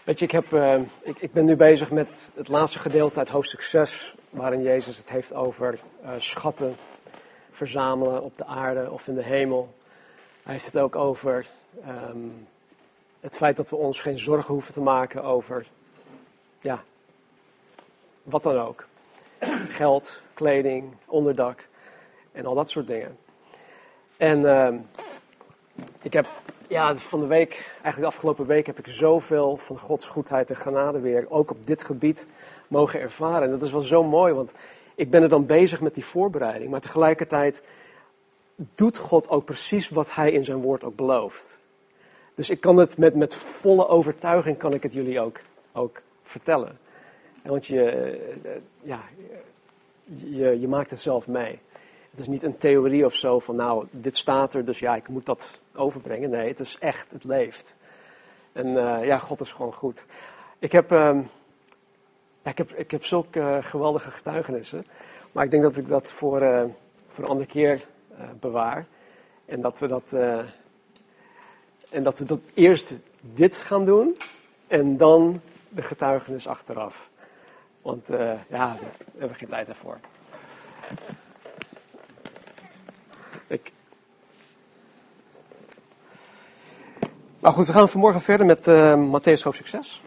Weet je, ik ben nu bezig met het laatste gedeelte uit hoofdstuk 6, waarin Jezus het heeft over schatten verzamelen op de aarde of in de hemel. Hij heeft het ook over het feit dat we ons geen zorgen hoeven te maken over, ja, wat dan ook. Geld, kleding, onderdak en al dat soort dingen. En ik heb, van de week, eigenlijk de afgelopen week, heb ik zoveel van Gods goedheid en genade weer, ook op dit gebied, mogen ervaren. En dat is wel zo mooi, want ik ben er dan bezig met die voorbereiding, maar tegelijkertijd doet God ook precies wat Hij in zijn woord ook belooft. Dus ik kan het met volle overtuiging, kan ik het jullie ook vertellen. Want je maakt het zelf mee. Het is niet een theorie of zo van, nou, dit staat er, dus ja, ik moet dat overbrengen. Nee, het is echt, het leeft. En God is gewoon goed. Ik heb zulke geweldige getuigenissen, maar ik denk dat ik dat voor een andere keer bewaar. En dat we dat eerst dit gaan doen en dan de getuigenis achteraf. Want daar hebben we geen tijd ervoor. Maar goed, we gaan vanmorgen verder met Mattheüs hoofdstuk 6.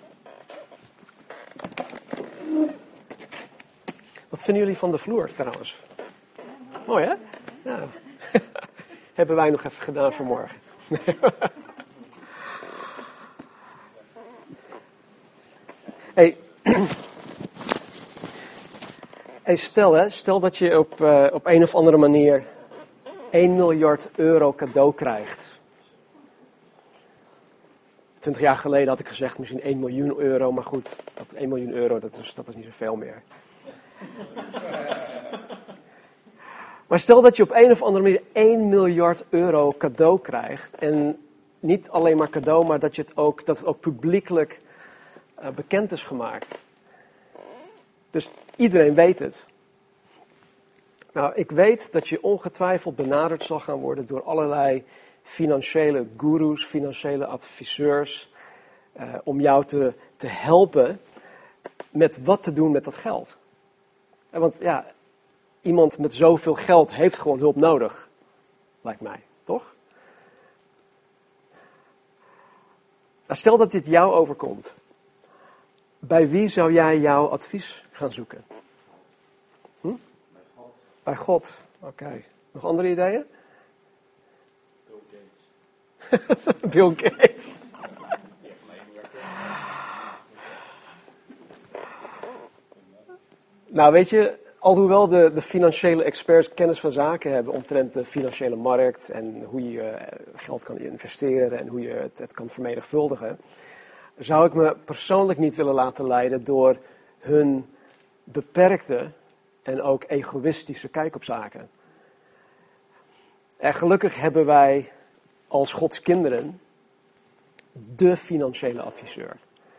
Wat vinden jullie van de vloer trouwens? Mooi hè? Ja. Hebben wij nog even gedaan vanmorgen. Hey, stel dat je op een of andere manier 1 miljard euro cadeau krijgt. 20 jaar geleden had ik gezegd misschien 1 miljoen euro, maar goed, dat 1 miljoen euro, dat is niet zoveel meer. Maar stel dat je op een of andere manier 1 miljard euro cadeau krijgt. En niet alleen maar cadeau, maar dat het ook publiekelijk bekend is gemaakt. Dus iedereen weet het. Nou, ik weet dat je ongetwijfeld benaderd zal gaan worden door allerlei financiële goeroes, financiële adviseurs, om jou te helpen met wat te doen met dat geld. Want ja, iemand met zoveel geld heeft gewoon hulp nodig, lijkt mij, toch? Nou, stel dat dit jou overkomt. Bij wie zou jij jouw advies gaan zoeken? Bij God. Oké. Nog andere ideeën? Bill Gates. Bill Gates. Nou, weet je, alhoewel de financiële experts kennis van zaken hebben omtrent de financiële markt en hoe je geld kan investeren en hoe je het kan vermenigvuldigen, zou ik me persoonlijk niet willen laten leiden door hun beperkte en ook egoïstische kijk op zaken. En gelukkig hebben wij als Gods kinderen de financiële adviseur.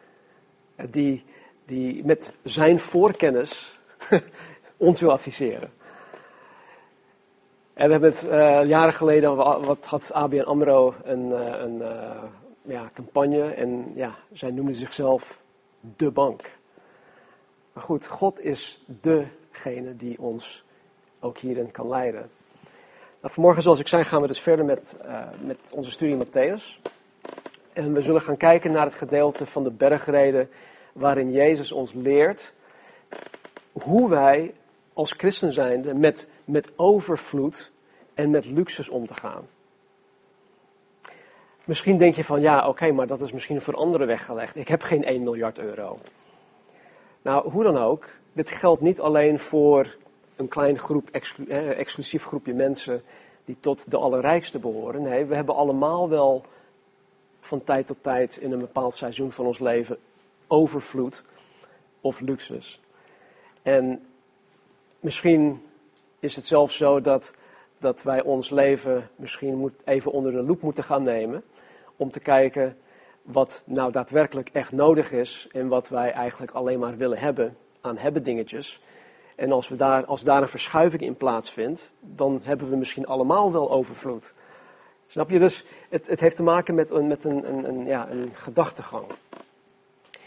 Die met zijn voorkennis ons wil adviseren. En we hebben het jaren geleden, had ABN AMRO een campagne. En ja, zij noemden zichzelf de bank. Maar goed, God is degene die ons ook hierin kan leiden. Nou, vanmorgen, zoals ik zei, gaan we dus verder met onze studie in Mattheüs. En we zullen gaan kijken naar het gedeelte van de bergreden waarin Jezus ons leert hoe wij als christen zijnde met overvloed en met luxes om te gaan. Misschien denk je van, ja, oké, maar dat is misschien voor anderen weggelegd. Ik heb geen 1 miljard euro. Nou, hoe dan ook, dit geldt niet alleen voor een klein groep, exclusief groepje mensen die tot de allerrijkste behoren. Nee, we hebben allemaal wel van tijd tot tijd in een bepaald seizoen van ons leven overvloed of luxus. En misschien is het zelfs zo dat wij ons leven misschien even onder de loep moeten gaan nemen om te kijken wat nou daadwerkelijk echt nodig is en wat wij eigenlijk alleen maar willen hebben aan dingetjes. En als daar een verschuiving in plaatsvindt, dan hebben we misschien allemaal wel overvloed. Snap je? Dus het heeft te maken met een gedachtegang.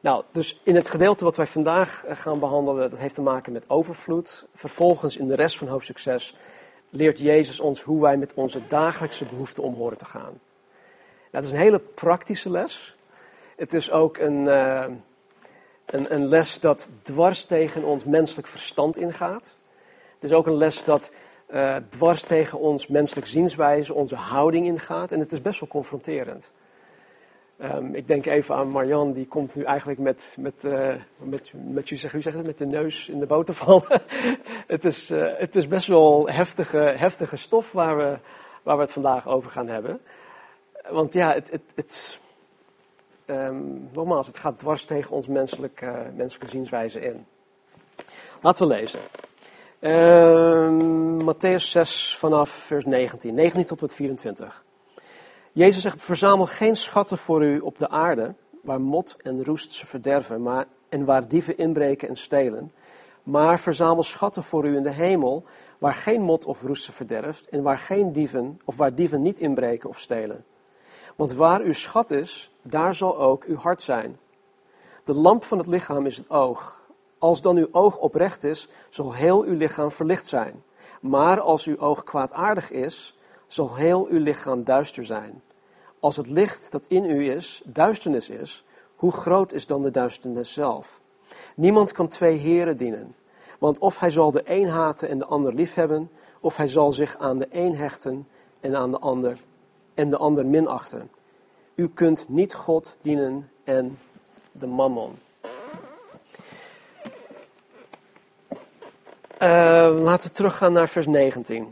Nou, dus in het gedeelte wat wij vandaag gaan behandelen, dat heeft te maken met overvloed. Vervolgens in de rest van hoofdstuk 6 leert Jezus ons hoe wij met onze dagelijkse behoeften om horen te gaan. Nou, dat is een hele praktische les. Het is ook een les dat dwars tegen ons menselijk verstand ingaat. Het is ook een les dat dwars tegen ons menselijk zienswijze, onze houding ingaat. En het is best wel confronterend. Ik denk even aan Marjan, die komt nu eigenlijk met de neus in de boter vallen. Het is best wel heftige stof waar we het vandaag over gaan hebben. Want ja, nogmaals, het gaat dwars tegen ons menselijke zienswijze in. Laten we lezen. Mattheüs 6 vanaf vers 19 tot en met 24. Jezus zegt, verzamel geen schatten voor u op de aarde, waar mot en roest ze verderven, en waar dieven inbreken en stelen. Maar verzamel schatten voor u in de hemel, waar geen mot of roest ze verderft, en waar dieven niet inbreken of stelen. Want waar uw schat is, daar zal ook uw hart zijn. De lamp van het lichaam is het oog. Als dan uw oog oprecht is, zal heel uw lichaam verlicht zijn. Maar als uw oog kwaadaardig is, zal heel uw lichaam duister zijn. Als het licht dat in u is, duisternis is, hoe groot is dan de duisternis zelf? Niemand kan twee heren dienen. Want of hij zal de een haten en de ander liefhebben, of hij zal zich aan de een hechten en aan de ander minachten. U kunt niet God dienen en de mammon. Laten we teruggaan naar vers 19.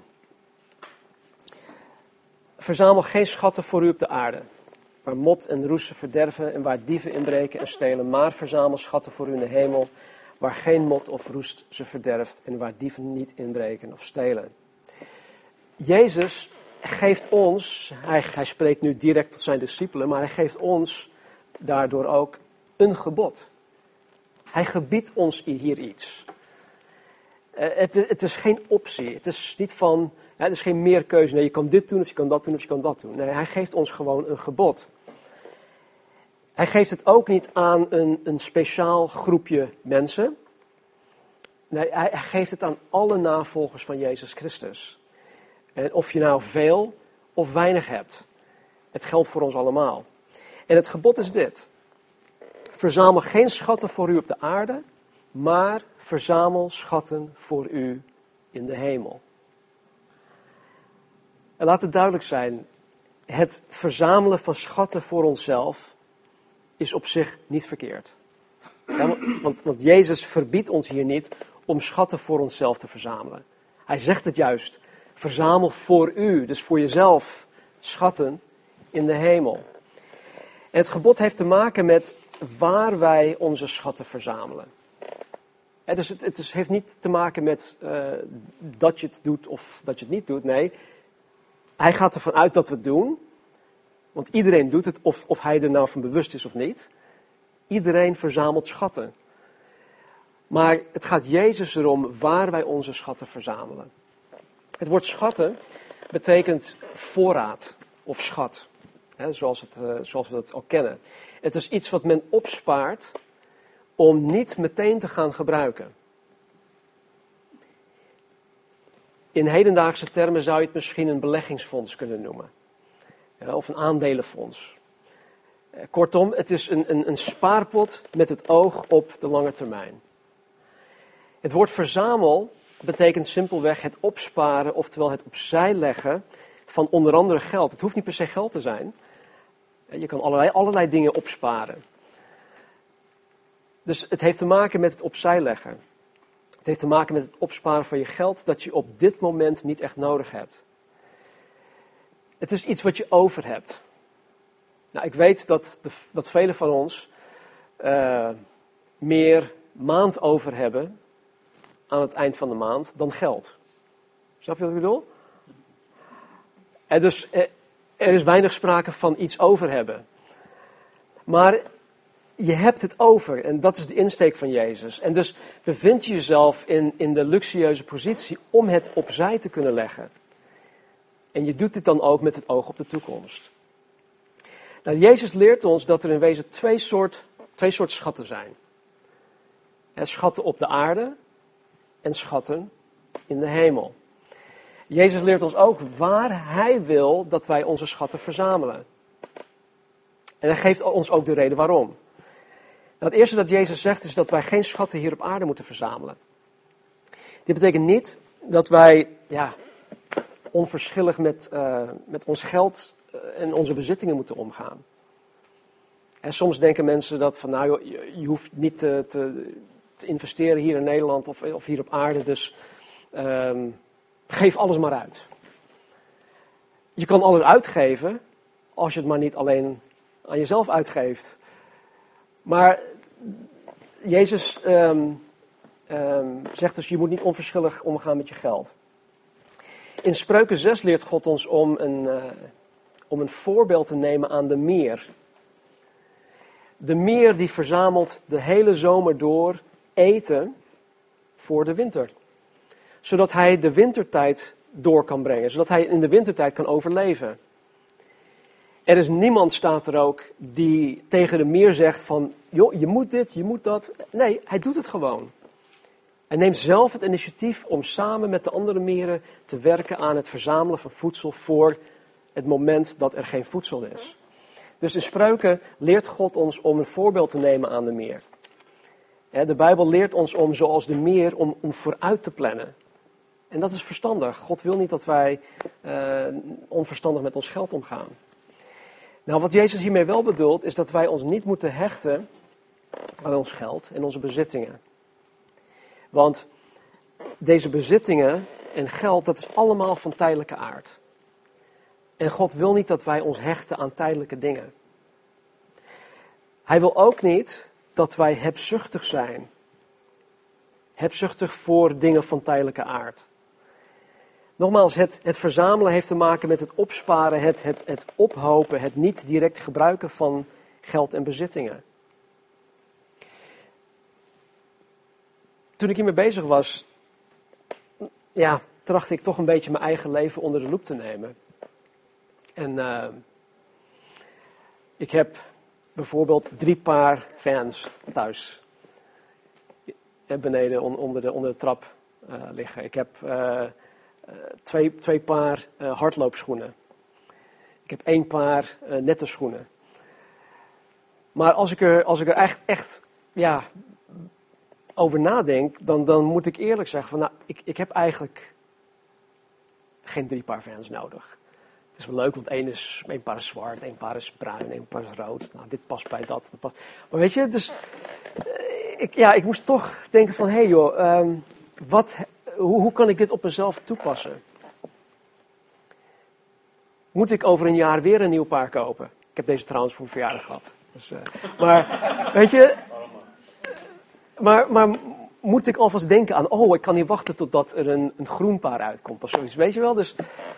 Verzamel geen schatten voor u op de aarde, waar mot en roest ze verderven en waar dieven inbreken en stelen. Maar verzamel schatten voor u in de hemel, waar geen mot of roest ze verderft en waar dieven niet inbreken of stelen. Jezus geeft ons, hij spreekt nu direct tot zijn discipelen, maar hij geeft ons daardoor ook een gebod. Hij gebiedt ons hier iets. Het is geen optie. Het is niet van, het is geen meerkeuze. Nee, je kan dit doen of je kan dat doen of je kan dat doen. Nee, hij geeft ons gewoon een gebod. Hij geeft het ook niet aan een speciaal groepje mensen. Nee, hij geeft het aan alle navolgers van Jezus Christus. En of je nou veel of weinig hebt. Het geldt voor ons allemaal. En het gebod is dit. Verzamel geen schatten voor u op de aarde, maar verzamel schatten voor u in de hemel. En laat het duidelijk zijn, het verzamelen van schatten voor onszelf is op zich niet verkeerd. Ja, want Jezus verbiedt ons hier niet om schatten voor onszelf te verzamelen. Hij zegt het juist, verzamel voor u, dus voor jezelf, schatten in de hemel. En het gebod heeft te maken met waar wij onze schatten verzamelen. Dus het heeft niet te maken met dat je het doet of dat je het niet doet. Nee, hij gaat ervan uit dat we het doen. Want iedereen doet het, of hij er nou van bewust is of niet. Iedereen verzamelt schatten. Maar het gaat Jezus erom waar wij onze schatten verzamelen. Het woord schatten betekent voorraad of schat. Zoals we het al kennen. Het is iets wat men opspaart om niet meteen te gaan gebruiken. In hedendaagse termen zou je het misschien een beleggingsfonds kunnen noemen. Of een aandelenfonds. Kortom, het is een spaarpot met het oog op de lange termijn. Het woord verzamel betekent simpelweg het opsparen, oftewel het opzij leggen van onder andere geld. Het hoeft niet per se geld te zijn. Je kan allerlei dingen opsparen. Dus het heeft te maken met het opzij leggen. Het heeft te maken met het opsparen van je geld dat je op dit moment niet echt nodig hebt. Het is iets wat je over hebt. Nou, ik weet dat velen van ons meer maand over hebben aan het eind van de maand dan geld. Snap je wat ik bedoel? En dus er is weinig sprake van iets over hebben. Maar je hebt het over en dat is de insteek van Jezus. En dus bevind je jezelf in de luxueuze positie om het opzij te kunnen leggen. En je doet dit dan ook met het oog op de toekomst. Nou, Jezus leert ons dat er in wezen twee soort twee soorten schatten zijn. Schatten op de aarde en schatten in de hemel. Jezus leert ons ook waar hij wil dat wij onze schatten verzamelen. En hij geeft ons ook de reden waarom. Nou, het eerste dat Jezus zegt is dat wij geen schatten hier op aarde moeten verzamelen. Dit betekent niet dat wij onverschillig met ons geld en onze bezittingen moeten omgaan. En soms denken mensen dat van je hoeft niet te investeren hier in Nederland of hier op aarde, dus geef alles maar uit. Je kan alles uitgeven als je het maar niet alleen aan jezelf uitgeeft. Maar Jezus zegt dus, je moet niet onverschillig omgaan met je geld. In Spreuken 6 leert God ons om een voorbeeld te nemen aan de mier. De mier die verzamelt de hele zomer door eten voor de winter. Zodat hij de wintertijd door kan brengen. Zodat hij in de wintertijd kan overleven. Er is niemand, staat er ook, die tegen de mier zegt van, joh, je moet dit, je moet dat. Nee, hij doet het gewoon. Hij neemt zelf het initiatief om samen met de andere mieren te werken aan het verzamelen van voedsel voor het moment dat er geen voedsel is. Dus in Spreuken leert God ons om een voorbeeld te nemen aan de mier. De Bijbel leert ons om, zoals de mier, om vooruit te plannen. En dat is verstandig. God wil niet dat wij onverstandig met ons geld omgaan. Nou, wat Jezus hiermee wel bedoelt, is dat wij ons niet moeten hechten aan ons geld en onze bezittingen. Want deze bezittingen en geld, dat is allemaal van tijdelijke aard. En God wil niet dat wij ons hechten aan tijdelijke dingen. Hij wil ook niet dat wij hebzuchtig zijn. Hebzuchtig voor dingen van tijdelijke aard. Nogmaals, het verzamelen heeft te maken met het opsparen, het ophopen, het niet direct gebruiken van geld en bezittingen. Toen ik hiermee bezig was, trachtte ik toch een beetje mijn eigen leven onder de loep te nemen. En ik heb bijvoorbeeld 3 paar Vans thuis. Beneden onder de trap liggen. Ik heb twee paar hardloopschoenen. Ik heb 1 paar nette schoenen. Maar als ik er echt over nadenk, dan moet ik eerlijk zeggen van ik heb eigenlijk geen 3 paar Vans nodig. Het is wel leuk, want 1 paar is zwart, 1 paar is bruin, 1 paar is rood. Nou, dit past bij dat. Maar weet je, dus ik moest toch denken van, hé joh, hoe kan ik dit op mezelf toepassen? Moet ik over een jaar weer een nieuw paar kopen? Ik heb deze trouwens voor mijn verjaardag gehad. Dus, maar, weet je, maar moet ik alvast denken aan, ik kan niet wachten totdat er een groen paar uitkomt of zoiets, weet je wel? Dus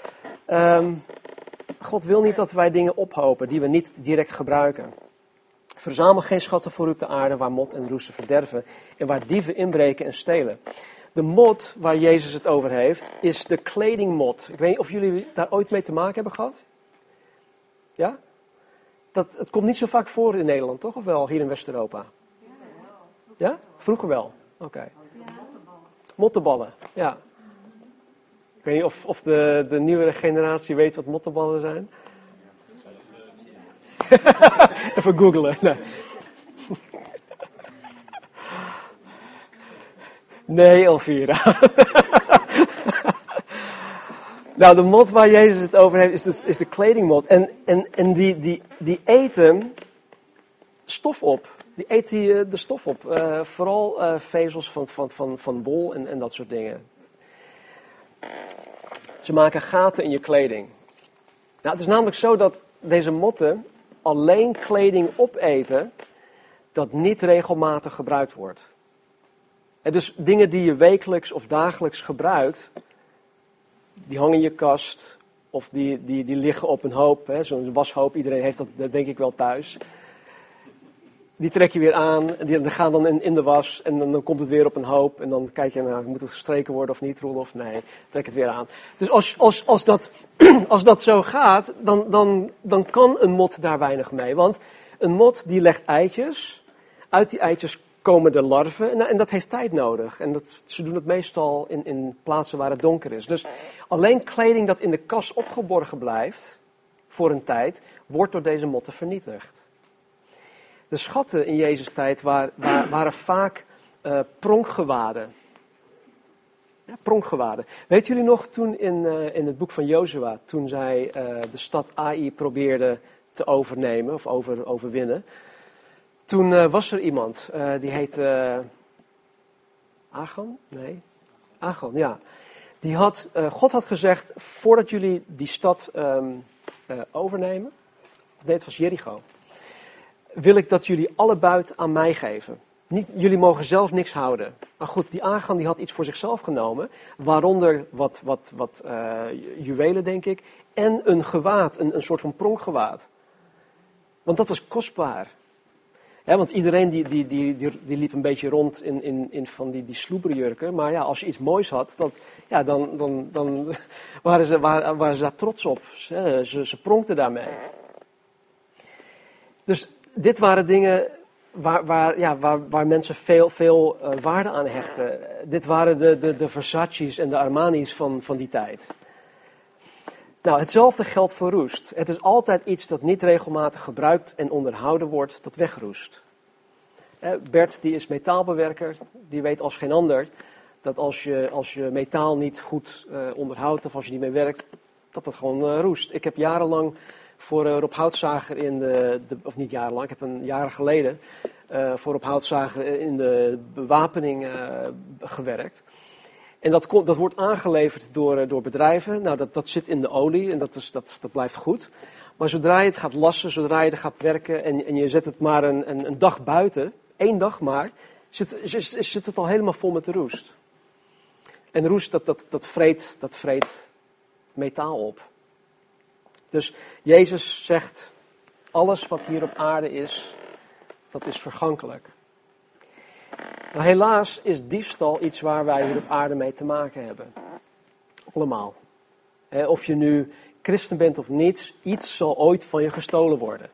God wil niet dat wij dingen ophopen die we niet direct gebruiken. Verzamel geen schatten voor u op de aarde waar mot en roesten verderven en waar dieven inbreken en stelen. De mot waar Jezus het over heeft, is de kledingmot. Ik weet niet of jullie daar ooit mee te maken hebben gehad? Ja? Het komt niet zo vaak voor in Nederland, toch? Of wel, hier in West-Europa? Ja? Vroeger wel? Oké. Mottenballen, ja. Ik weet niet of de nieuwere generatie weet wat mottenballen zijn. Even googlen. Nee, Elvira. Nou, de mot waar Jezus het over heeft is de kledingmot. En die eten stof op. Die eet de stof op. Vooral vezels van wol en dat soort dingen. Ze maken gaten in je kleding. Nou, het is namelijk zo dat deze motten alleen kleding opeten dat niet regelmatig gebruikt wordt. En dus dingen die je wekelijks of dagelijks gebruikt, die hangen in je kast of die liggen op een hoop. Zo'n washoop, iedereen heeft dat denk ik wel thuis. Die trek je weer aan, die gaan dan in de was en dan komt het weer op een hoop. En dan kijk je naar, moet het gestreken worden of niet, Roelof? Nee, trek het weer aan. Dus als dat zo gaat, dan kan een mot daar weinig mee. Want een mot die legt eitjes uit die eitjes komen de larven en dat heeft tijd nodig. En ze doen het meestal in plaatsen waar het donker is. Dus alleen kleding dat in de kast opgeborgen blijft voor een tijd, wordt door deze motten vernietigd. De schatten in Jezus' tijd waren vaak pronkgewaden. Ja, pronkgewaden. Weet jullie nog toen in het boek van Jozua, toen zij de stad Ai probeerden te overnemen of overwinnen. Toen was er iemand, die heette Agon? Nee, Agon, ja. God had gezegd, voordat jullie die stad overnemen, nee, het was Jericho, wil ik dat jullie alle buit aan mij geven. Jullie mogen zelf niks houden. Maar goed, die Agan die had iets voor zichzelf genomen, waaronder wat juwelen, denk ik, en een gewaad, een soort van pronkgewaad. Want dat was kostbaar. Ja, want iedereen die liep een beetje rond in van die sloeberjurken. Maar ja, als je iets moois had, dan waren ze daar trots op. Ze pronkten daarmee. Dus dit waren dingen waar mensen veel waarde aan hechten. Dit waren de Versace's en de Armani's van die tijd. Nou, hetzelfde geldt voor roest. Het is altijd iets dat niet regelmatig gebruikt en onderhouden wordt, dat wegroest. Bert, die is metaalbewerker, die weet als geen ander dat als je metaal niet goed onderhoudt of als je niet mee werkt, dat het gewoon roest. Ik heb jarenlang voor Rob Houtzager of niet jarenlang, ik heb jaren geleden voor Rob Houtzager in de bewapening gewerkt. En dat wordt aangeleverd door bedrijven. Nou, dat zit in de olie en dat blijft goed. Maar zodra je het gaat lassen, zodra je er gaat werken en je zet het maar een dag buiten, 1 dag maar, zit het al helemaal vol met de roest. En roest, dat vreet metaal op. Dus Jezus zegt, alles wat hier op aarde is, dat is vergankelijk. Maar helaas is diefstal iets waar wij hier op aarde mee te maken hebben. Allemaal. Of je nu christen bent of niet, iets zal ooit van je gestolen worden.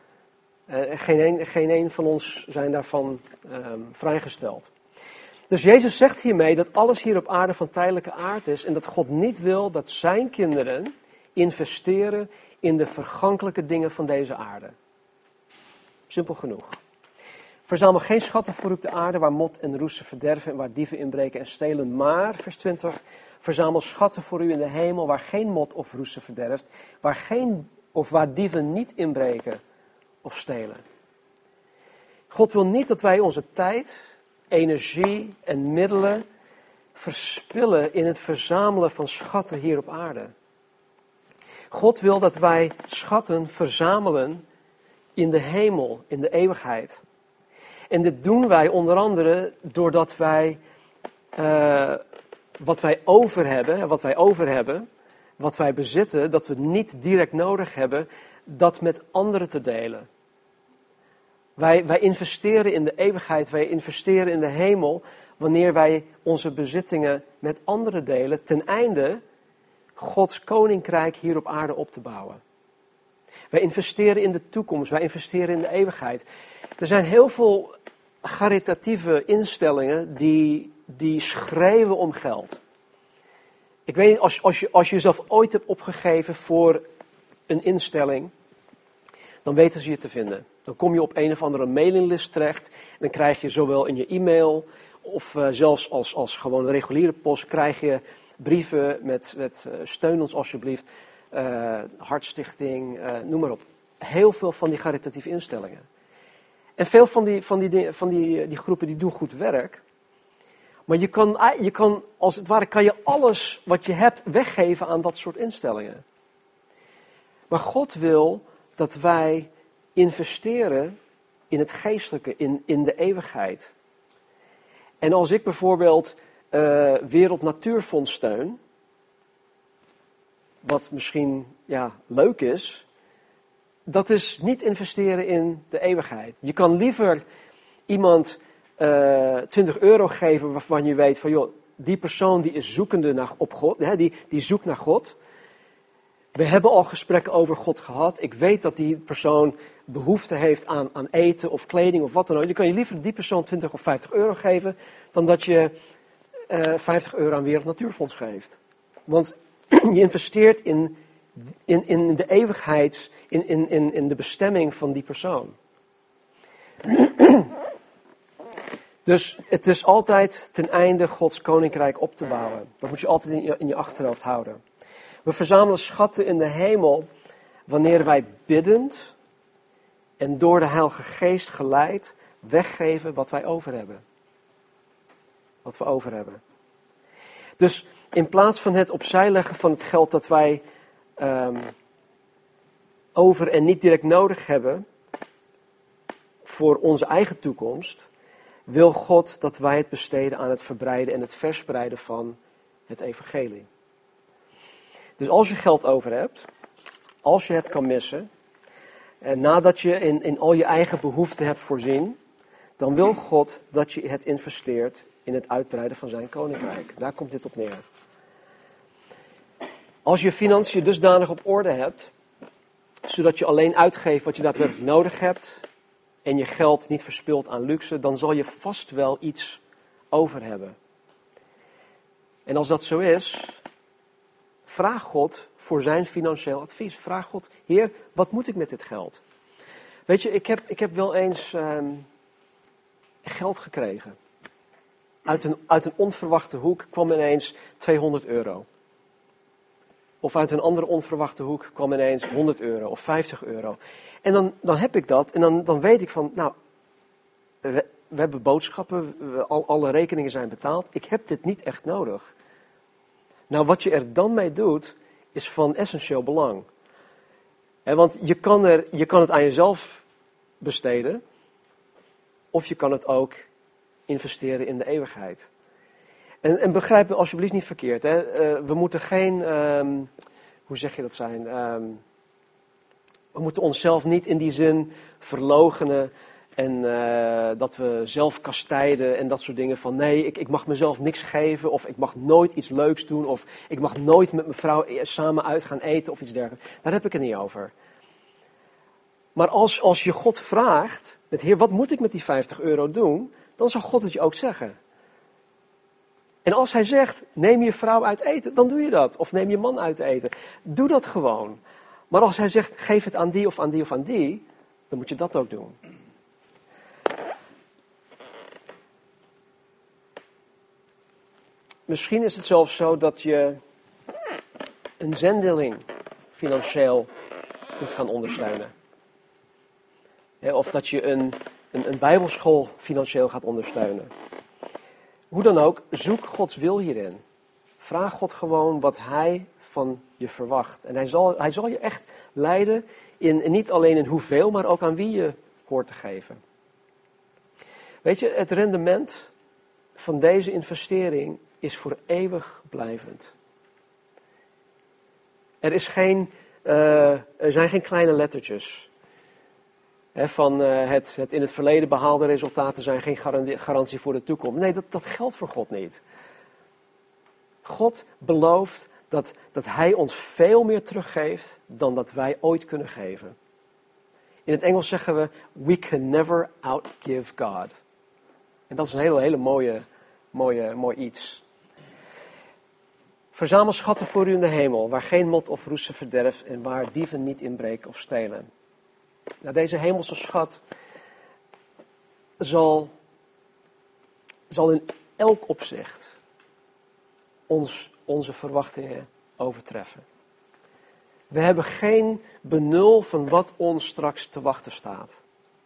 Geen een van ons zijn daarvan vrijgesteld. Dus Jezus zegt hiermee dat alles hier op aarde van tijdelijke aard is en dat God niet wil dat zijn kinderen investeren in de vergankelijke dingen van deze aarde. Simpel genoeg. Verzamel geen schatten voor op de aarde waar mot en roest ze verderven en waar dieven inbreken en stelen. Maar, vers 20, verzamel schatten voor u in de hemel waar geen mot of roest ze verderft, waar dieven niet inbreken of stelen. God wil niet dat wij onze tijd, energie en middelen verspillen in het verzamelen van schatten hier op aarde. God wil dat wij schatten verzamelen in de hemel, in de eeuwigheid. En dit doen wij onder andere doordat wij wat wij over hebben, wat wij bezitten, dat we niet direct nodig hebben, dat met anderen te delen. Wij investeren in de eeuwigheid, wij investeren in de hemel, wanneer wij onze bezittingen met anderen delen, ten einde Gods koninkrijk hier op aarde op te bouwen. Wij investeren in de toekomst, wij investeren in de eeuwigheid. Er zijn heel veel charitatieve instellingen die schreeuwen om geld. Ik weet niet, als je jezelf ooit hebt opgegeven voor een instelling, dan weten ze je te vinden. Dan kom je op een of andere mailinglist terecht en dan krijg je zowel in je e-mail of zelfs als gewoon reguliere post krijg je brieven met steun ons alsjeblieft, Hartstichting, noem maar op. Heel veel van die charitatieve instellingen. En veel van die groepen die doen goed werk. Maar je kan als het ware kan je alles wat je hebt weggeven aan dat soort instellingen. Maar God wil dat wij investeren in het geestelijke, in de eeuwigheid. En als ik bijvoorbeeld Wereld Natuurfonds steun, wat misschien leuk is, dat is niet investeren in de eeuwigheid. Je kan liever iemand €20 geven waarvan je weet van joh, die persoon die is zoekende op God, die zoekt naar God. We hebben al gesprekken over God gehad. Ik weet dat die persoon behoefte heeft aan eten of kleding of wat dan ook. Dan kan je liever die persoon 20 of 50 euro geven dan dat je 50 euro aan Wereld Natuurfonds geeft. Want je investeert in de eeuwigheid, in de bestemming van die persoon. Dus het is altijd ten einde Gods koninkrijk op te bouwen. Dat moet je altijd in je achterhoofd houden. We verzamelen schatten in de hemel wanneer wij biddend en door de Heilige Geest geleid weggeven wat wij over hebben. Wat we over hebben. Dus in plaats van het opzij leggen van het geld dat wij over en niet direct nodig hebben voor onze eigen toekomst, wil God dat wij het besteden aan het verbreiden en het verspreiden van het evangelie. Dus als je geld over hebt, als je het kan missen, en nadat je in al je eigen behoeften hebt voorzien, dan wil God dat je het investeert in het uitbreiden van zijn koninkrijk. Daar komt dit op neer. Als je financiën dusdanig op orde hebt, zodat je alleen uitgeeft wat je daadwerkelijk nodig hebt en je geld niet verspilt aan luxe, dan zal je vast wel iets over hebben. En als dat zo is, vraag God voor zijn financieel advies. Vraag God, Heer, wat moet ik met dit geld? Weet je, ik heb wel eens geld gekregen. Uit een onverwachte hoek kwam ineens 200 euro. Of uit een andere onverwachte hoek kwam ineens 100 euro of 50 euro. En dan heb ik dat en dan weet ik van, nou, we hebben boodschappen, alle rekeningen zijn betaald. Ik heb dit niet echt nodig. Nou, wat je er dan mee doet, is van essentieel belang. Want je kan het aan jezelf besteden, of je kan het ook investeren in de eeuwigheid. En begrijp me alsjeblieft niet verkeerd. Hè? We moeten geen, hoe zeg je dat zijn? We moeten onszelf niet in die zin verloochenen en dat we zelf kastijden en dat soort dingen van nee, ik mag mezelf niks geven of ik mag nooit iets leuks doen of ik mag nooit met mijn vrouw samen uit gaan eten of iets dergelijks. Daar heb ik het niet over. Maar als je God vraagt, met Heer, wat moet ik met die 50 euro doen? Dan zal God het je ook zeggen. En als hij zegt, neem je vrouw uit eten, dan doe je dat. Of neem je man uit eten. Doe dat gewoon. Maar als hij zegt, geef het aan die of aan die of aan die, dan moet je dat ook doen. Misschien is het zelfs zo dat je een zendeling financieel kunt gaan ondersteunen. Of dat je een bijbelschool financieel gaat ondersteunen. Hoe dan ook, zoek Gods wil hierin. Vraag God gewoon wat hij van je verwacht. En hij zal je echt leiden in niet alleen in hoeveel, maar ook aan wie je hoort te geven. Weet je, het rendement van deze investering is voor eeuwig blijvend. Er zijn geen kleine lettertjes. Van het in het verleden behaalde resultaten zijn geen garantie voor de toekomst. Nee, dat geldt voor God niet. God belooft dat hij ons veel meer teruggeeft dan dat wij ooit kunnen geven. In het Engels zeggen we, we can never outgive God. En dat is een hele mooi iets. Verzamel schatten voor u in de hemel, waar geen mot of roest ze verderft en waar dieven niet inbreken of stelen. Nou, deze hemelse schat zal in elk opzicht onze verwachtingen overtreffen. We hebben geen benul van wat ons straks te wachten staat.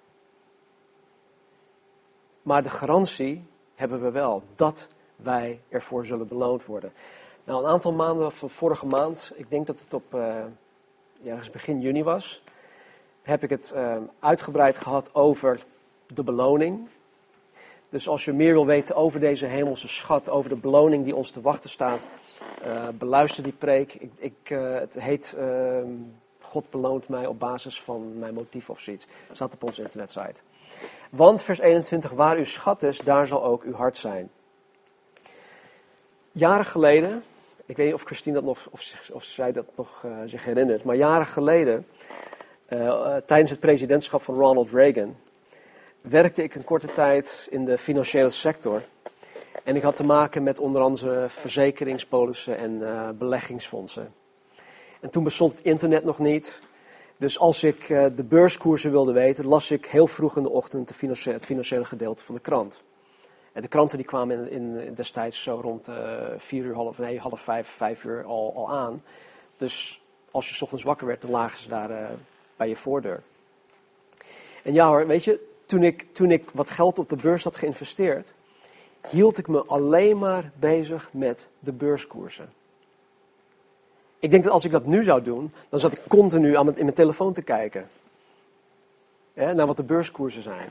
Maar de garantie hebben we wel, dat wij ervoor zullen beloond worden. Nou, een aantal maanden van vorige maand, ik denk dat het op ergens begin juni was, heb ik het uitgebreid gehad over de beloning. Dus als je meer wil weten over deze hemelse schat, over de beloning die ons te wachten staat, beluister die preek. Het heet God beloont mij op basis van mijn motief of zoiets. Het staat op onze internetsite. Want, vers 21, waar uw schat is, daar zal ook uw hart zijn. Jaren geleden, Ik weet niet of Christine dat nog, of zij dat nog zich herinnert. Maar jaren geleden, tijdens het presidentschap van Ronald Reagan, werkte ik een korte tijd in de financiële sector. En ik had te maken met onder andere verzekeringspolissen en beleggingsfondsen. En toen bestond het internet nog niet. Dus als ik de beurskoersen wilde weten, las ik heel vroeg in de ochtend het financiële gedeelte van de krant. En de kranten die kwamen in destijds zo rond half 5 uur al aan. Dus als je 's ochtends wakker werd, dan lagen ze daar bij je voordeur. En ja hoor, weet je, toen ik wat geld op de beurs had geïnvesteerd, hield ik me alleen maar bezig met de beurskoersen. Ik denk dat als ik dat nu zou doen, dan zat ik continu in mijn telefoon te kijken. Naar wat de beurskoersen zijn.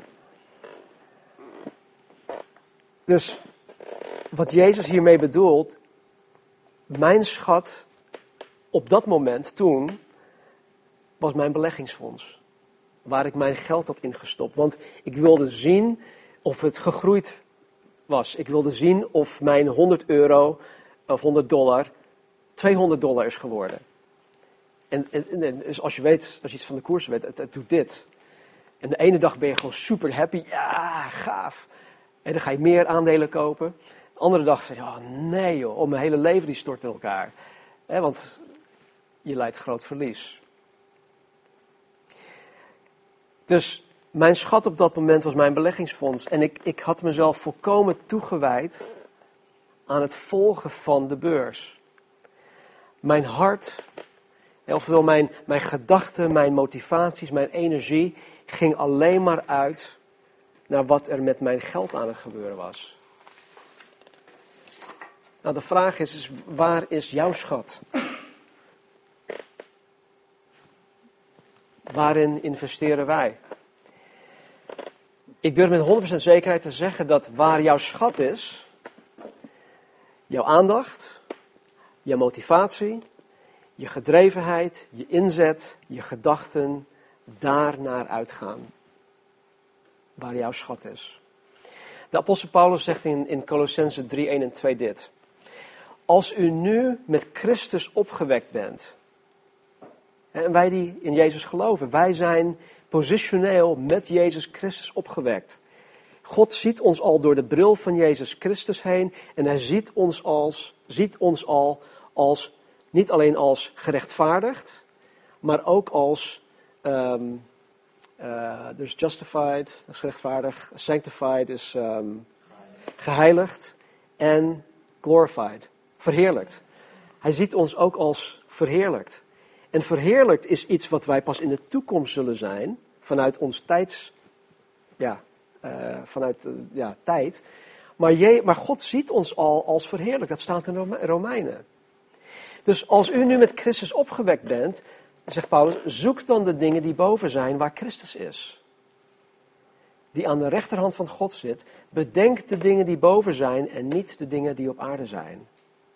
Dus wat Jezus hiermee bedoelt, mijn schat op dat moment toen was mijn beleggingsfonds. Waar ik mijn geld had ingestopt. Want ik wilde zien of het gegroeid was. Ik wilde zien of mijn €100 of $100 $200 is geworden. En dus als je weet, als je iets van de koersen weet, het doet dit. En de ene dag ben je gewoon super happy. Ja, gaaf. En dan ga je meer aandelen kopen. De andere dag zeg je, oh nee joh, mijn hele leven die stort in elkaar. Want je lijdt groot verlies. Dus mijn schat op dat moment was mijn beleggingsfonds. En ik had mezelf volkomen toegewijd aan het volgen van de beurs. Mijn hart, oftewel mijn gedachten, mijn motivaties, mijn energie, ging alleen maar uit naar wat er met mijn geld aan het gebeuren was. Nou, de vraag is waar is jouw schat? Waarin investeren wij? Ik durf met 100% zekerheid te zeggen dat waar jouw schat is, jouw aandacht, je motivatie, je gedrevenheid, je inzet, je gedachten daarnaar uitgaan. Waar jouw schat is. De apostel Paulus zegt in Colossenzen 3, 1 en 2 dit. Als u nu met Christus opgewekt bent. En wij die in Jezus geloven, wij zijn positioneel met Jezus Christus opgewekt. God ziet ons al door de bril van Jezus Christus heen en hij ziet ons al als niet alleen als gerechtvaardigd, maar ook als dus justified, dat is gerechtvaardigd, sanctified is geheiligd en glorified, verheerlijkt. Hij ziet ons ook als verheerlijkt. En verheerlijkt is iets wat wij pas in de toekomst zullen zijn, vanuit ons tijd. Maar God ziet ons al als verheerlijkt, dat staat in Romeinen. Dus als u nu met Christus opgewekt bent, zegt Paulus, zoek dan de dingen die boven zijn waar Christus is. Die aan de rechterhand van God zit. Bedenk de dingen die boven zijn en niet de dingen die op aarde zijn.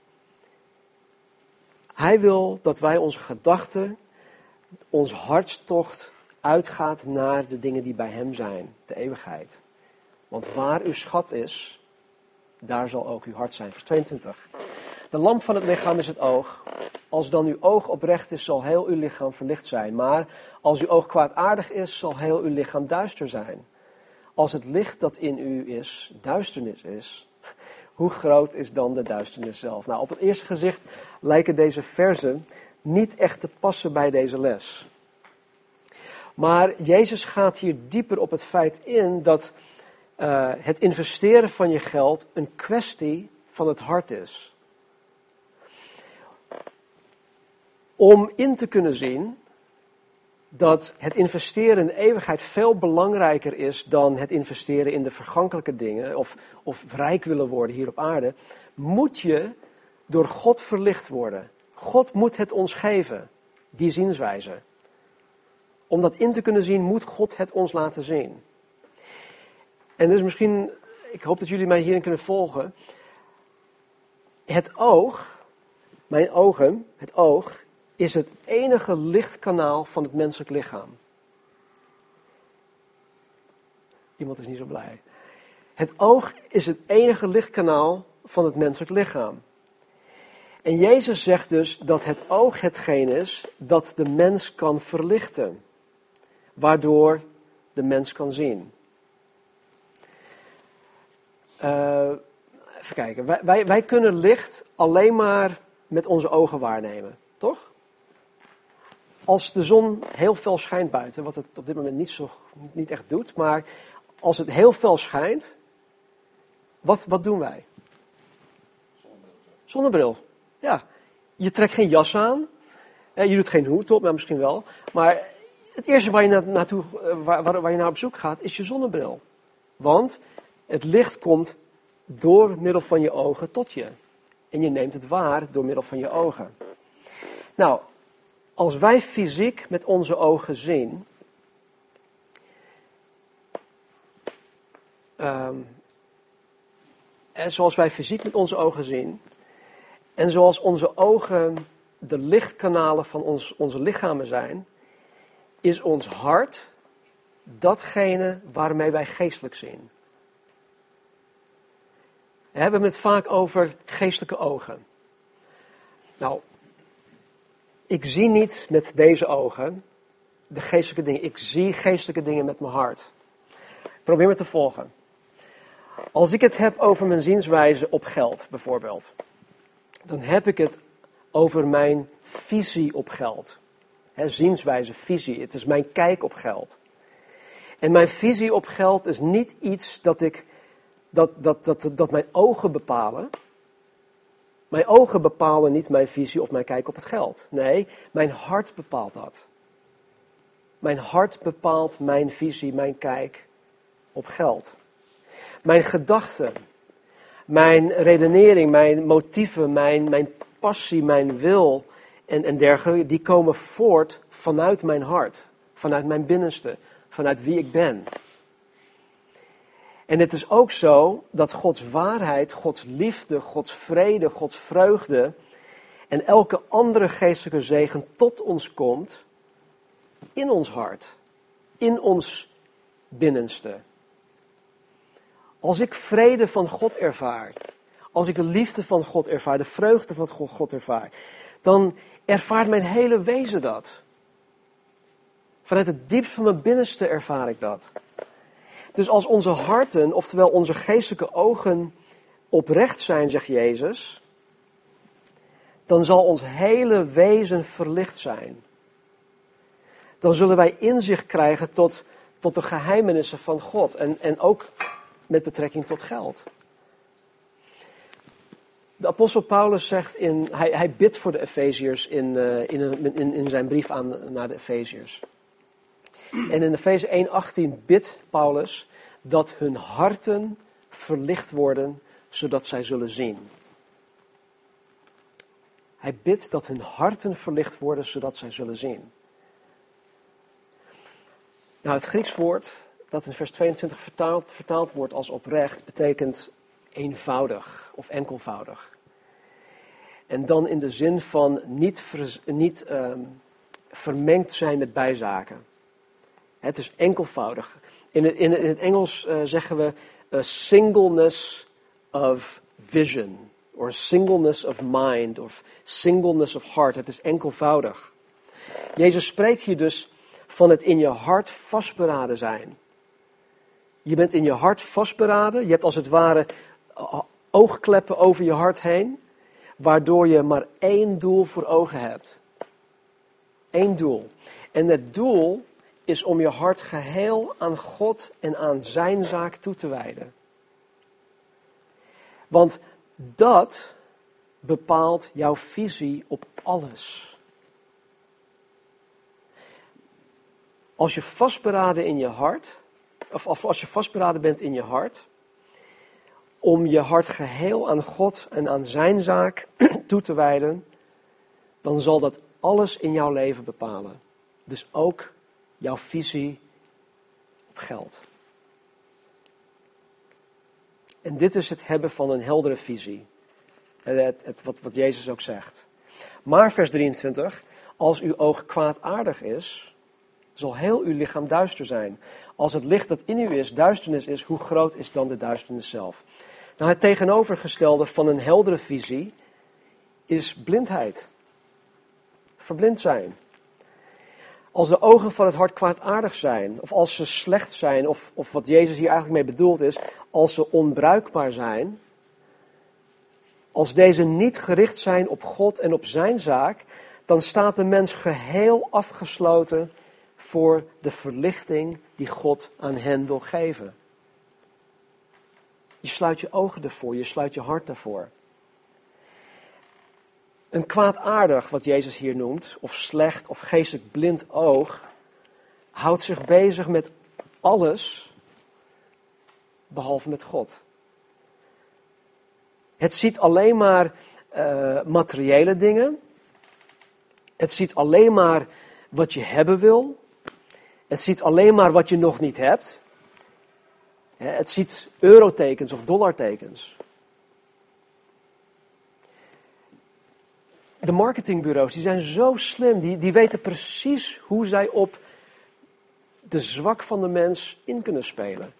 Hij wil dat wij onze gedachten, ons hartstocht uitgaat naar de dingen die bij hem zijn, de eeuwigheid. Want waar uw schat is, daar zal ook uw hart zijn. Vers 22. De lamp van het lichaam is het oog. Als dan uw oog oprecht is, zal heel uw lichaam verlicht zijn. Maar als uw oog kwaadaardig is, zal heel uw lichaam duister zijn. Als het licht dat in u is, duisternis is, hoe groot is dan de duisternis zelf? Nou, op het eerste gezicht lijken deze verzen niet echt te passen bij deze les. Maar Jezus gaat hier dieper op het feit in dat het investeren van je geld een kwestie van het hart is. Om in te kunnen zien dat het investeren in de eeuwigheid veel belangrijker is dan het investeren in de vergankelijke dingen of rijk willen worden hier op aarde, moet je door God verlicht worden. God moet het ons geven, die zienswijze. Om dat in te kunnen zien, moet God het ons laten zien. En dus misschien, ik hoop dat jullie mij hierin kunnen volgen. Het oog, mijn ogen, het oog, is het enige lichtkanaal van het menselijk lichaam. Iemand is niet zo blij. Het oog is het enige lichtkanaal van het menselijk lichaam. En Jezus zegt dus dat het oog hetgeen is dat de mens kan verlichten. Waardoor de mens kan zien. Even kijken. Wij kunnen licht alleen maar met onze ogen waarnemen. Toch? Als de zon heel fel schijnt buiten, wat het op dit moment niet echt doet, maar als het heel fel schijnt, wat doen wij? Zonnebril. Ja, je trekt geen jas aan, je doet geen hoed op, maar misschien wel. Maar het eerste waar je naar op zoek gaat, is je zonnebril. Want het licht komt door middel van je ogen tot je. En je neemt het waar door middel van je ogen. Nou, als wij fysiek met onze ogen zien, zoals wij fysiek met onze ogen zien, en zoals onze ogen de lichtkanalen van onze lichamen zijn, is ons hart datgene waarmee wij geestelijk zien. We hebben het vaak over geestelijke ogen. Nou, ik zie niet met deze ogen de geestelijke dingen. Ik zie geestelijke dingen met mijn hart. Probeer me te volgen. Als ik het heb over mijn zienswijze op geld, bijvoorbeeld, dan heb ik het over mijn visie op geld. Zienswijze, visie. Het is mijn kijk op geld. En mijn visie op geld is niet iets dat mijn ogen bepalen. Mijn ogen bepalen niet mijn visie of mijn kijk op het geld. Nee, mijn hart bepaalt dat. Mijn hart bepaalt mijn visie, mijn kijk op geld. Mijn gedachten, mijn redenering, mijn motieven, mijn passie, mijn wil en dergelijke, die komen voort vanuit mijn hart, vanuit mijn binnenste, vanuit wie ik ben. En het is ook zo dat Gods waarheid, Gods liefde, Gods vrede, Gods vreugde en elke andere geestelijke zegen tot ons komt in ons hart, in ons binnenste. Als ik vrede van God ervaar, als ik de liefde van God ervaar, de vreugde van God ervaar, dan ervaart mijn hele wezen dat. Vanuit het diepst van mijn binnenste ervaar ik dat. Dus als onze harten, oftewel onze geestelijke ogen, oprecht zijn, zegt Jezus, dan zal ons hele wezen verlicht zijn. Dan zullen wij inzicht krijgen tot de geheimenissen van God en ook met betrekking tot geld. De apostel Paulus zegt, hij bidt voor de Efeziërs in zijn brief naar de Efeziërs. En in Efeze 1:18 bidt Paulus dat hun harten verlicht worden, zodat zij zullen zien. Hij bidt dat hun harten verlicht worden, zodat zij zullen zien. Nou, het Grieks woord dat in vers 22 vertaald wordt als oprecht, betekent eenvoudig of enkelvoudig. En dan in de zin van niet vermengd zijn met bijzaken. Het is enkelvoudig. In het Engels zeggen we a singleness of vision, or singleness of mind, of singleness of heart. Het is enkelvoudig. Jezus spreekt hier dus van het in je hart vastberaden zijn. Je bent in je hart vastberaden. Je hebt als het ware oogkleppen over je hart heen, waardoor je maar één doel voor ogen hebt. Eén doel. En het doel is om je hart geheel aan God en aan zijn zaak toe te wijden. Want dat bepaalt jouw visie op alles. Als je vastberaden in je hart, of als je vastberaden bent in je hart, om je hart geheel aan God en aan zijn zaak toe te wijden, dan zal dat alles in jouw leven bepalen. Dus ook jouw visie op geld. En dit is het hebben van een heldere visie. Wat Jezus ook zegt. Maar vers 23, als uw oog kwaadaardig is, zal heel uw lichaam duister zijn. Als het licht dat in u is, duisternis is, hoe groot is dan de duisternis zelf? Nou, het tegenovergestelde van een heldere visie is blindheid. Verblind zijn. Als de ogen van het hart kwaadaardig zijn, of als ze slecht zijn, of wat Jezus hier eigenlijk mee bedoeld is, als ze onbruikbaar zijn, als deze niet gericht zijn op God en op zijn zaak, dan staat de mens geheel afgesloten voor de verlichting die God aan hen wil geven. Je sluit je ogen ervoor, je sluit je hart ervoor. Een kwaadaardig, wat Jezus hier noemt, of slecht of geestelijk blind oog, houdt zich bezig met alles behalve met God. Het ziet alleen maar materiële dingen. Het ziet alleen maar wat je hebben wil. Het ziet alleen maar wat je nog niet hebt. Het ziet eurotekens of dollartekens. De marketingbureaus die zijn zo slim, die weten precies hoe zij op de zwak van de mens in kunnen spelen.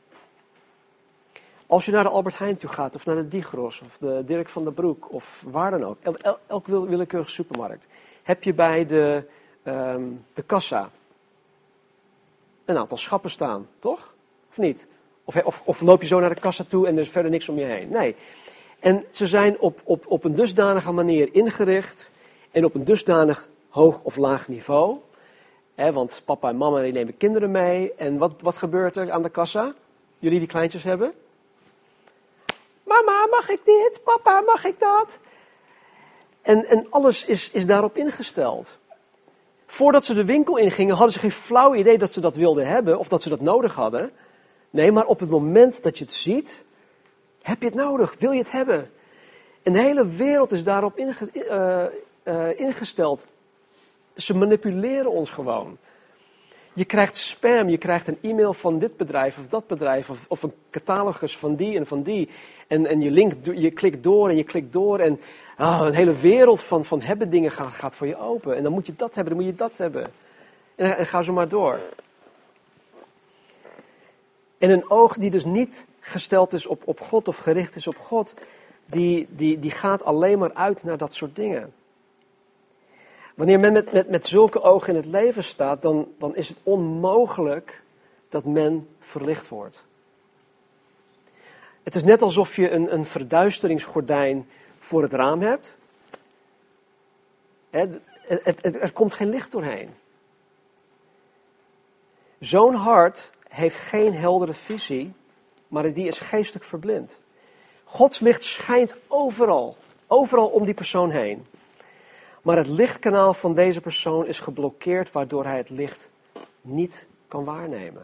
Als je naar de Albert Heijn toe gaat, of naar de Digros, of de Dirk van der Broek, of waar dan ook, elk willekeurige supermarkt, heb je bij de kassa een aantal schappen staan, toch? Of niet? Of loop je zo naar de kassa toe en er is verder niks om je heen? Nee. En ze zijn op een dusdanige manier ingericht en op een dusdanig hoog of laag niveau. Want papa en mama die nemen kinderen mee. En wat gebeurt er aan de kassa? Jullie die kleintjes hebben? Mama, mag ik dit? Papa, mag ik dat? En alles is daarop ingesteld. Voordat ze de winkel ingingen, hadden ze geen flauw idee dat ze dat wilden hebben of dat ze dat nodig hadden. Nee, maar op het moment dat je het ziet, heb je het nodig, wil je het hebben. En de hele wereld is daarop ingesteld. Ze manipuleren ons gewoon. Je krijgt spam, je krijgt een e-mail van dit bedrijf of dat bedrijf, of een catalogus van die en van die. En je klikt door en je klikt door en een hele wereld van hebben dingen gaat voor je open. En dan moet je dat hebben, dan moet je dat hebben. En ga zo maar door. En een oog die dus niet gesteld is op God of gericht is op God, die gaat alleen maar uit naar dat soort dingen. Wanneer men met zulke ogen in het leven staat, dan is het onmogelijk dat men verlicht wordt. Het is net alsof je een verduisteringsgordijn voor het raam hebt. Er komt geen licht doorheen. Zo'n hart heeft geen heldere visie, maar die is geestelijk verblind. Gods licht schijnt overal om die persoon heen. Maar het lichtkanaal van deze persoon is geblokkeerd, waardoor hij het licht niet kan waarnemen.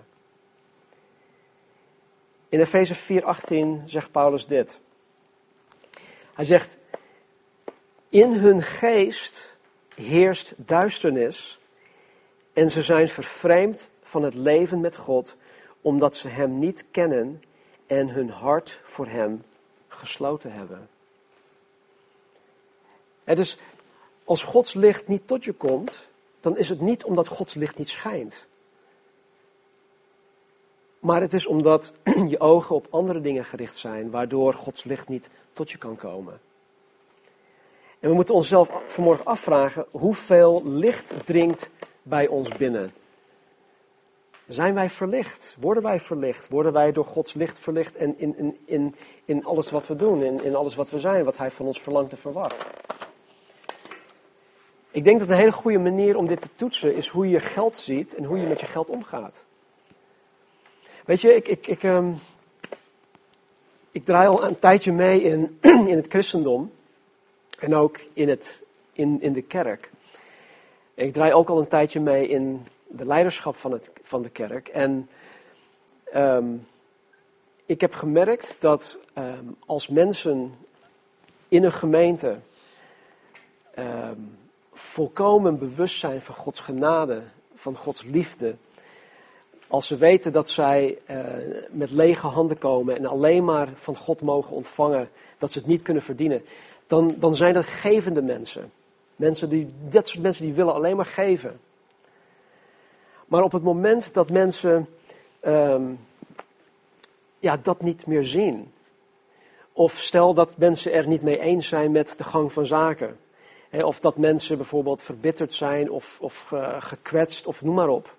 In Efeze 4:18 zegt Paulus dit. Hij zegt, in hun geest heerst duisternis en ze zijn vervreemd van het leven met God, omdat ze hem niet kennen en hun hart voor hem gesloten hebben. Dus als Gods licht niet tot je komt, dan is het niet omdat Gods licht niet schijnt. Maar het is omdat je ogen op andere dingen gericht zijn, waardoor Gods licht niet tot je kan komen. En we moeten onszelf vanmorgen afvragen, hoeveel licht dringt bij ons binnen? Zijn wij verlicht? Worden wij verlicht? Worden wij door Gods licht verlicht en in alles wat we doen, in alles wat we zijn, wat Hij van ons verlangt en verwacht? Ik denk dat een hele goede manier om dit te toetsen is hoe je geld ziet en hoe je met je geld omgaat. Weet je, ik draai al een tijdje mee in het christendom en ook in de kerk. En ik draai ook al een tijdje mee in de leiderschap van de kerk. En ik heb gemerkt dat als mensen in een gemeente volkomen bewust zijn van Gods genade, van Gods liefde, als ze weten dat zij met lege handen komen en alleen maar van God mogen ontvangen, dat ze het niet kunnen verdienen, dan zijn dat gevende mensen. Dat soort mensen die willen alleen maar geven. Maar op het moment dat mensen dat niet meer zien, Of stel dat mensen er niet mee eens zijn met de gang van zaken. Of dat mensen bijvoorbeeld verbitterd zijn of gekwetst of noem maar op.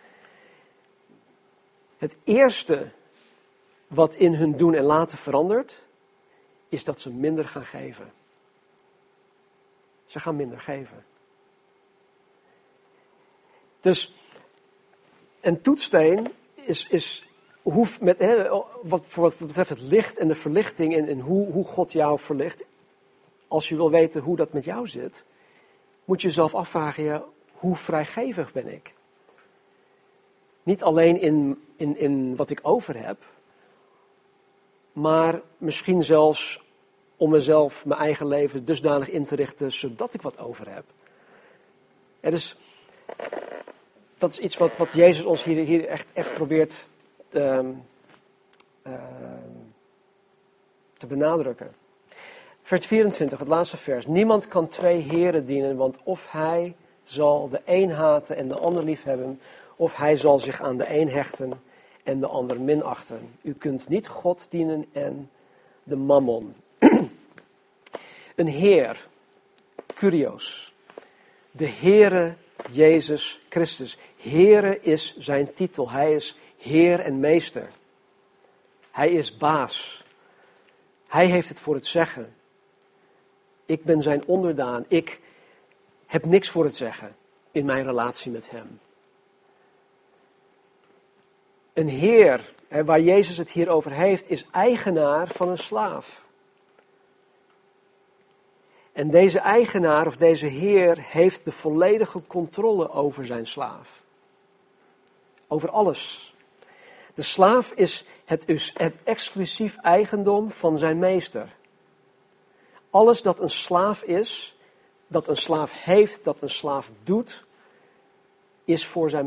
Het eerste wat in hun doen en laten verandert, is dat ze minder gaan geven. Ze gaan minder geven. Dus een toetssteen is wat betreft het licht en de verlichting en hoe God jou verlicht. Als je wil weten hoe dat met jou zit, moet je jezelf afvragen, ja, hoe vrijgevig ben ik? Niet alleen in wat ik over heb, maar misschien zelfs om mezelf, mijn eigen leven dusdanig in te richten, zodat ik wat over heb. Ja, dus dat is iets wat Jezus ons hier echt probeert te benadrukken. Vers 24, het laatste vers. Niemand kan 2 heren dienen, want of hij zal de een haten en de ander liefhebben, of hij zal zich aan de een hechten en de ander minachten. U kunt niet God dienen en de mammon. Een Heer, Kyrios, de Heere Jezus Christus. Heere is zijn titel, hij is Heer en Meester. Hij is baas. Hij heeft het voor het zeggen. Ik ben zijn onderdaan. Ik heb niks voor het zeggen in mijn relatie met hem. Een Heer, waar Jezus het hier over heeft, is eigenaar van een slaaf. En deze eigenaar of deze Heer heeft de volledige controle over zijn slaaf. Over alles. De slaaf is het exclusief eigendom van zijn meester. Alles dat een slaaf is, dat een slaaf heeft, dat een slaaf doet, is voor zijn